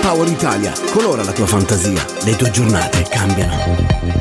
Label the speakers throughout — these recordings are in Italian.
Speaker 1: Power Italia, colora la tua fantasia, le tue giornate cambiano.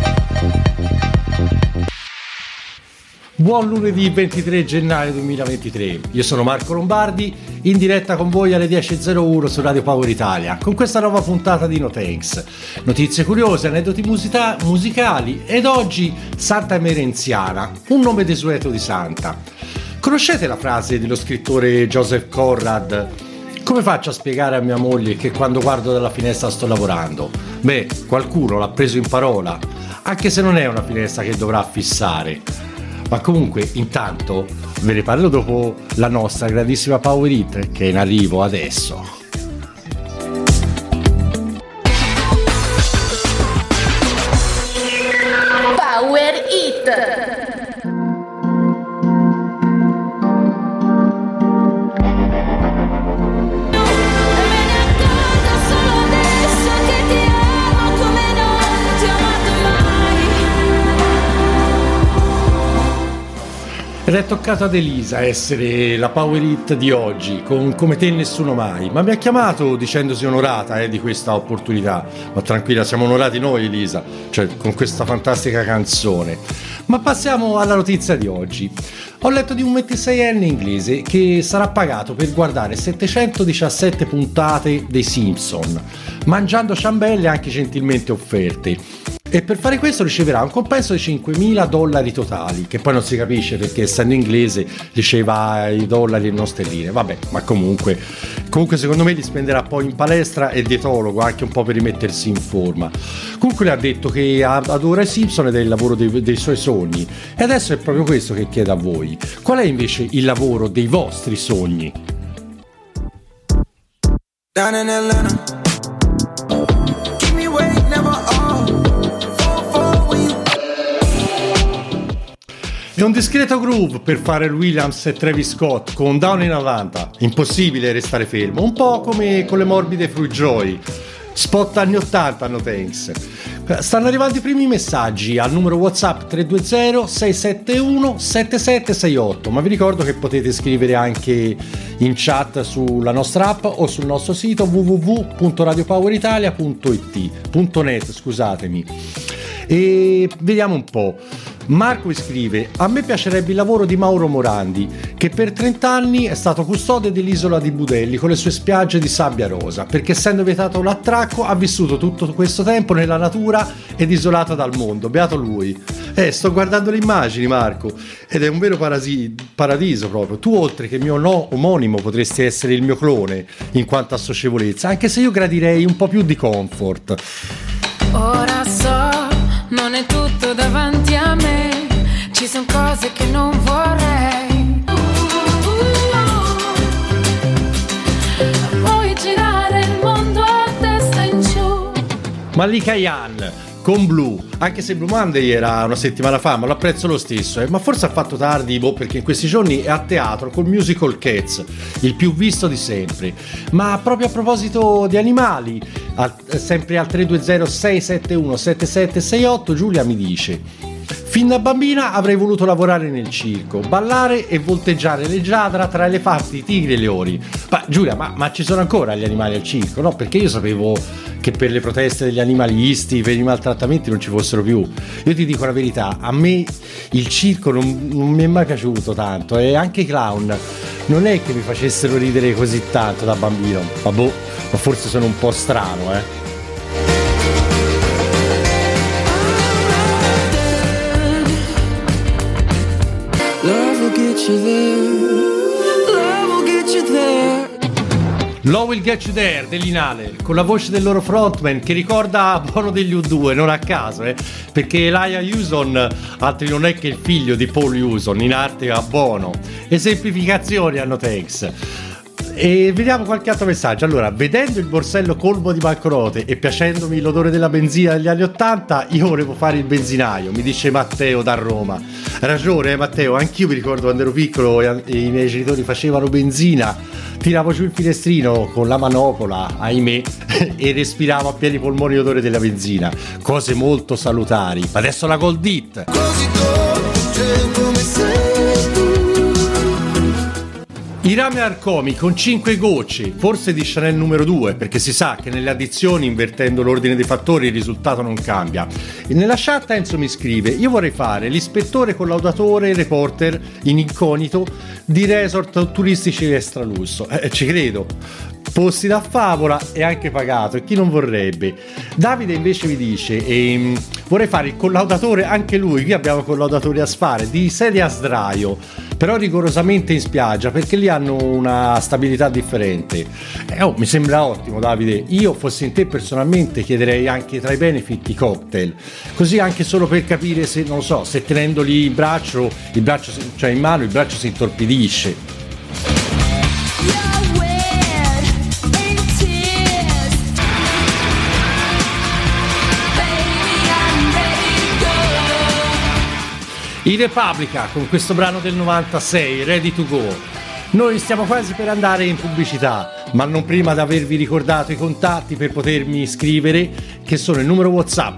Speaker 2: Buon lunedì 23 gennaio 2023, io sono Marco Lombardi, in diretta con voi alle 10.01 su Radio Power Italia, con questa nuova puntata di No Thanks. Notizie curiose, aneddoti musicali ed oggi Santa Emerenziana, un nome desueto di santa. Conoscete la frase dello scrittore Joseph Conrad? Come faccio a spiegare a mia moglie che quando guardo dalla finestra sto lavorando? Beh, qualcuno l'ha preso in parola, anche se non è una finestra che dovrà fissare. Ma comunque, intanto, ve ne parlo dopo la nostra grandissima Power Hit che è in arrivo adesso.
Speaker 3: Power Hit.
Speaker 2: Ed è toccato ad Elisa essere la Power Hit di oggi, con Come te nessuno mai, ma mi ha chiamato dicendosi onorata di questa opportunità. Ma tranquilla, siamo onorati noi Elisa, cioè con questa fantastica canzone. Ma passiamo alla notizia di oggi. Ho letto di un 26enne inglese che sarà pagato per guardare 717 puntate dei Simpson, mangiando ciambelle anche gentilmente offerte. E per fare questo riceverà un compenso di $5.000 totali, che poi non si capisce perché essendo inglese riceva i dollari e non sterline. Vabbè, ma comunque secondo me li spenderà poi in palestra e dietologo, anche un po' per rimettersi in forma. Comunque le ha detto che adora i Simpson ed è il lavoro dei suoi sogni. E adesso è proprio questo che chiedo a voi. Qual è invece il lavoro dei vostri sogni?
Speaker 4: Down in Atlanta.
Speaker 2: È un discreto groove per fare Williams e Travis Scott con Down in Atlanta. Impossibile restare fermo, un po' come con le morbide Fruit Joy. Spot anni 80, no thanks. Stanno arrivando i primi messaggi al numero WhatsApp 320-671-7768, ma vi ricordo che potete scrivere anche in chat sulla nostra app o sul nostro sito www.radiopoweritalia.net, scusatemi. E vediamo un po'. Marco vi scrive: a me piacerebbe il lavoro di Mauro Morandi, che per 30 anni è stato custode dell'isola di Budelli con le sue spiagge di sabbia rosa, perché essendo vietato l'attracco ha vissuto tutto questo tempo nella natura ed isolato dal mondo. Beato lui. Sto guardando le immagini, Marco, ed è un vero paradiso proprio. Tu, oltre che mio omonimo, potresti essere il mio clone in quanto a socievolezza, anche se io gradirei un po' più di comfort.
Speaker 5: Ora so, non è tutto davanti a me, ci sono cose che non vorrei. Vuoi girare il mondo a testa in giù.
Speaker 2: Malika Yan con Blue, anche se Blue Monday era una settimana fa, ma lo apprezzo lo stesso, ma forse ha fatto tardi, perché in questi giorni è a teatro col musical Cats, il più visto di sempre. Ma proprio a proposito di animali, sempre al 320-671-7768, Giulia mi dice: fin da bambina avrei voluto lavorare nel circo, ballare e volteggiare leggiadra tra elefanti, tigri e leoni. Ma Giulia, ma ci sono ancora gli animali al circo? No, perché io sapevo che per le proteste degli animalisti, per i maltrattamenti non ci fossero più. Io ti dico la verità, a me il circo non mi è mai piaciuto tanto, e anche i clown non è che mi facessero ridere così tanto da bambino. Ma forse sono un po' strano, Love Will Get You There dell'Inhaler, con la voce del loro frontman che ricorda Bono degli U2, non a caso, perché Elijah Hewson altri non è che il figlio di Paul Hewson, in arte a Bono. Esemplificazioni hanno thanks. E vediamo qualche altro messaggio. Allora, vedendo il borsello colmo di banconote e piacendomi l'odore della benzina degli anni 80, io volevo fare il benzinaio, mi dice Matteo da Roma. Ragione, Matteo, anch'io mi ricordo quando ero piccolo e i miei genitori facevano benzina, tiravo giù il finestrino con la manopola, ahimè, e respiravo a pieni polmoni l'odore della benzina. Cose molto salutari. Adesso la Gold Hit.
Speaker 4: Così dolce come sei tu.
Speaker 2: I rame arcomi con 5 gocce, forse di Chanel numero 2, perché si sa che nelle addizioni, invertendo l'ordine dei fattori, il risultato non cambia. E nella chat Enzo mi scrive: io vorrei fare l'ispettore collaudatore reporter in incognito di resort turistici extra lusso. Ci credo. Posti da favola e anche pagato, e chi non vorrebbe. Davide invece mi dice: vorrei fare il collaudatore, anche lui, qui abbiamo collaudatori a sfare, di sedie a sdraio, però rigorosamente in spiaggia, perché lì hanno una stabilità differente. Mi sembra ottimo, Davide. Io fossi in te personalmente chiederei anche tra i benefit i cocktail, così anche solo per capire se, non so, se tenendoli in braccio, cioè in mano, il braccio si intorpidisce. I Repubblica con questo brano del 96, Ready to Go. Noi stiamo quasi per andare in pubblicità, ma non prima di avervi ricordato i contatti per potermi scrivere, che sono il numero WhatsApp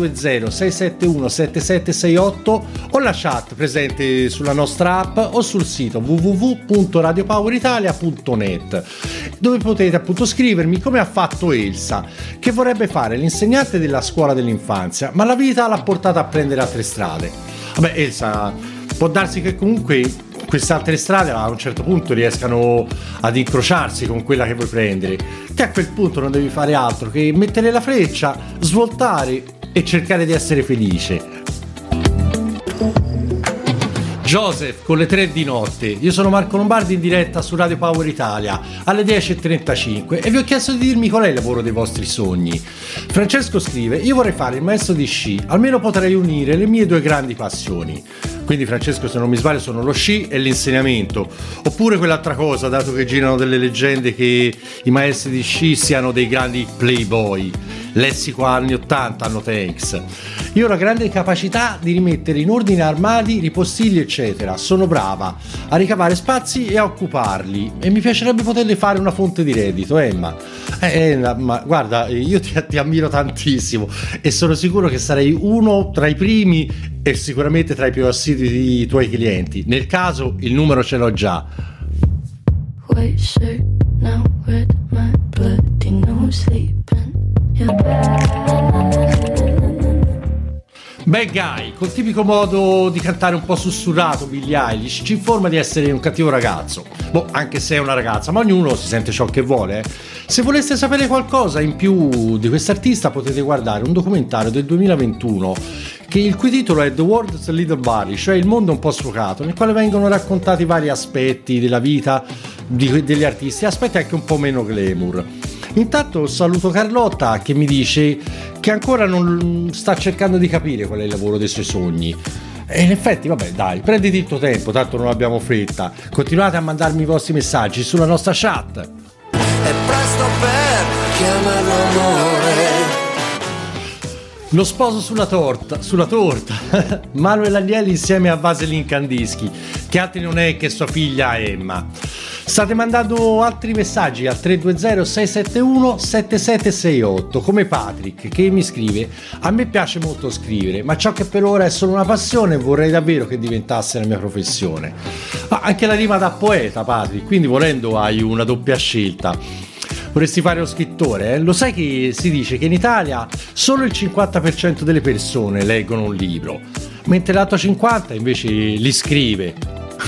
Speaker 2: 320-671-7768 o la chat presente sulla nostra app o sul sito www.radiopoweritalia.net, dove potete appunto scrivermi come ha fatto Elsa, che vorrebbe fare l'insegnante della scuola dell'infanzia, ma la vita l'ha portata a prendere altre strade. Vabbè, Elsa, può darsi che comunque queste altre strade a un certo punto riescano ad incrociarsi con quella che vuoi prendere. Te a quel punto non devi fare altro che mettere la freccia, svoltare e cercare di essere felice. Joseph con le 3 di notte. Io sono Marco Lombardi in diretta su Radio Power Italia alle 10:35 e vi ho chiesto di dirmi qual è il lavoro dei vostri sogni. Francesco scrive: io vorrei fare il maestro di sci, almeno potrei unire le mie 2 grandi passioni. Quindi Francesco, se non mi sbaglio, sono lo sci e l'insegnamento, oppure quell'altra cosa, dato che girano delle leggende che i maestri di sci siano dei grandi playboy. Lessico anni 80 hanno Tanks. Io ho la grande capacità di rimettere in ordine armadi, ripostigli eccetera. Sono brava a ricavare spazi e a occuparli, e mi piacerebbe poterle fare una fonte di reddito, Emma. Ma guarda, io ti ammiro tantissimo e sono sicuro che sarei uno tra i primi e sicuramente tra i più assidui tuoi clienti. Nel caso il numero ce l'ho già.
Speaker 6: White shirt, now red, my bloody nose sleeping.
Speaker 2: Bad Guy, col tipico modo di cantare un po' sussurrato, Billie Eilish ci informa di essere un cattivo ragazzo. Anche se è una ragazza, ma ognuno si sente ciò che vuole. Se voleste sapere qualcosa in più di quest'artista potete guardare un documentario del 2021 il cui titolo è The World's Little Body, cioè il mondo un po' sfocato, nel quale vengono raccontati vari aspetti della vita degli artisti, aspetti anche un po' meno glamour. Intanto saluto Carlotta, che mi dice che ancora non sta cercando di capire qual è il lavoro dei suoi sogni. E in effetti, vabbè, dai, prenditi il tuo tempo, tanto non abbiamo fretta. Continuate a mandarmi i vostri messaggi sulla nostra chat.
Speaker 4: È presto per chiamarlo amore.
Speaker 2: Lo sposo sulla torta, Manuel Agnelli insieme a Vaseline Candischi, che altri non è che sua figlia Emma. State mandando altri messaggi al 320-671-7768, come Patrick, che mi scrive: a me piace molto scrivere, ma ciò che per ora è solo una passione vorrei davvero che diventasse la mia professione. Anche la rima da poeta, Patrick, quindi volendo hai una doppia scelta. Vorresti fare lo scrittore, eh? Lo sai che si dice che in Italia solo il 50% delle persone leggono un libro, mentre l'altro 50% invece li scrive.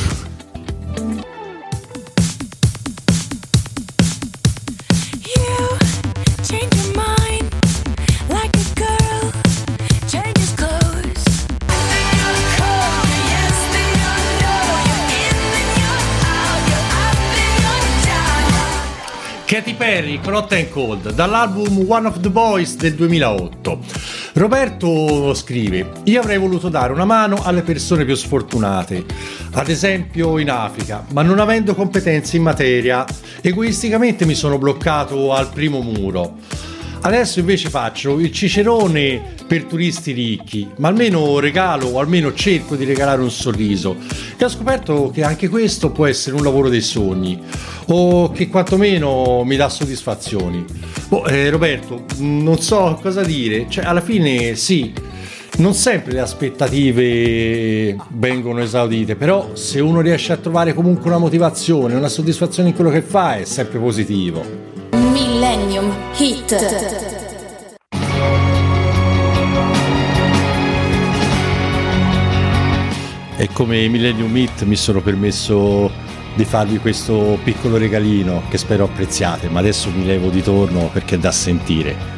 Speaker 2: Katy Perry con Hot and Cold dall'album One of the Boys del 2008. Roberto scrive: io avrei voluto dare una mano alle persone più sfortunate, ad esempio in Africa, ma non avendo competenze in materia, egoisticamente mi sono bloccato al primo muro. Adesso invece faccio il cicerone per turisti ricchi, ma almeno regalo o almeno cerco di regalare un sorriso, e ho scoperto che anche questo può essere un lavoro dei sogni, o che quantomeno mi dà soddisfazioni. Roberto, non so cosa dire, cioè alla fine sì, Non sempre le aspettative vengono esaudite, però se uno riesce a trovare comunque una motivazione, una soddisfazione in quello che fa, è sempre positivo.
Speaker 3: Millennium Hit.
Speaker 2: E come Millennium Hit mi sono permesso di farvi questo piccolo regalino che spero apprezziate, ma adesso mi levo di torno perché è da sentire.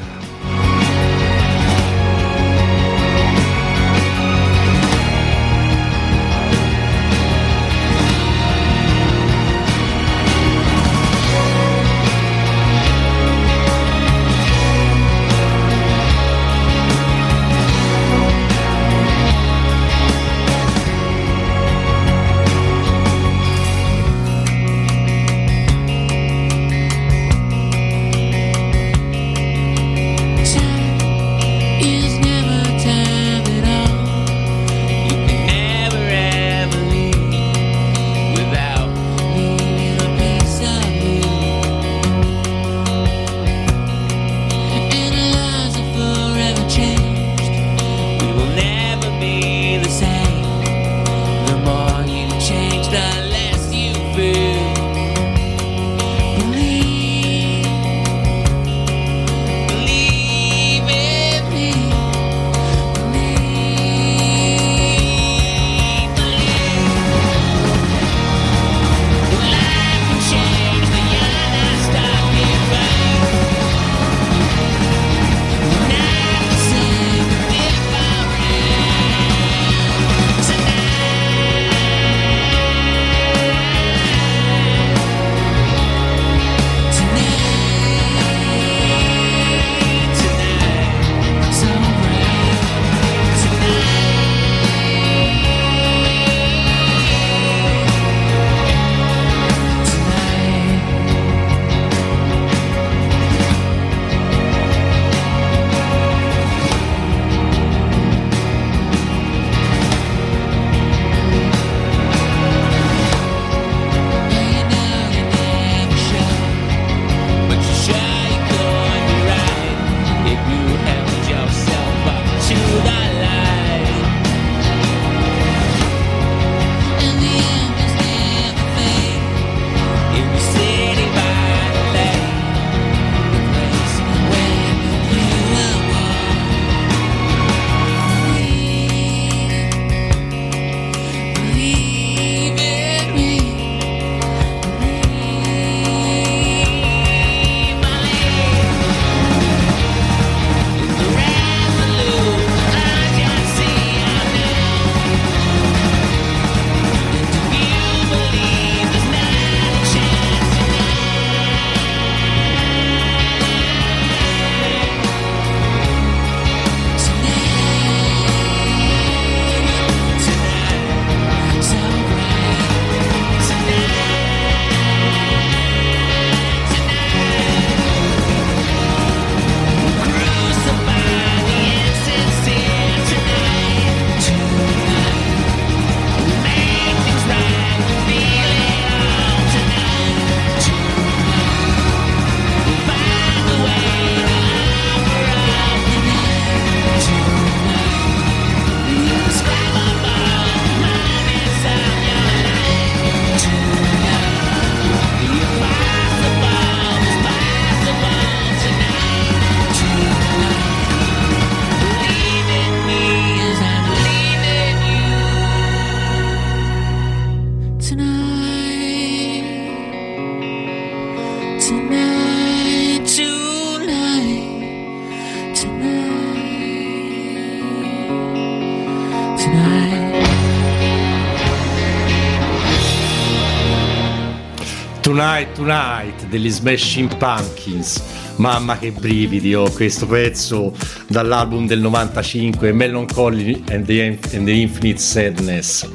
Speaker 2: Tonight Tonight degli Smashing Pumpkins. Mamma che brividi, questo pezzo dall'album del 95, Melancholy and the Infinite Sadness.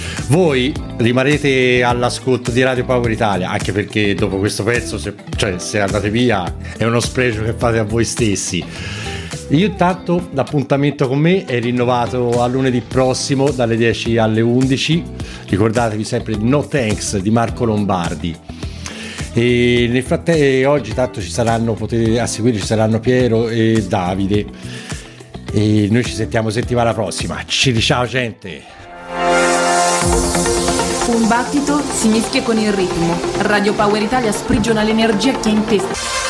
Speaker 2: Voi rimarrete all'ascolto di Radio Power Italia, anche perché dopo questo pezzo se andate via è uno spregio che fate a voi stessi. Io intanto l'appuntamento con me è rinnovato a lunedì prossimo dalle 10 alle 11. Ricordatevi sempre di No Thanks di Marco Lombardi. E nel frattempo oggi tanto potete a seguire, ci saranno Piero e Davide. e noi ci sentiamo settimana prossima. Ciao gente.
Speaker 7: Un battito si mischia con il ritmo. Radio Power Italia sprigiona l'energia che ha in testa.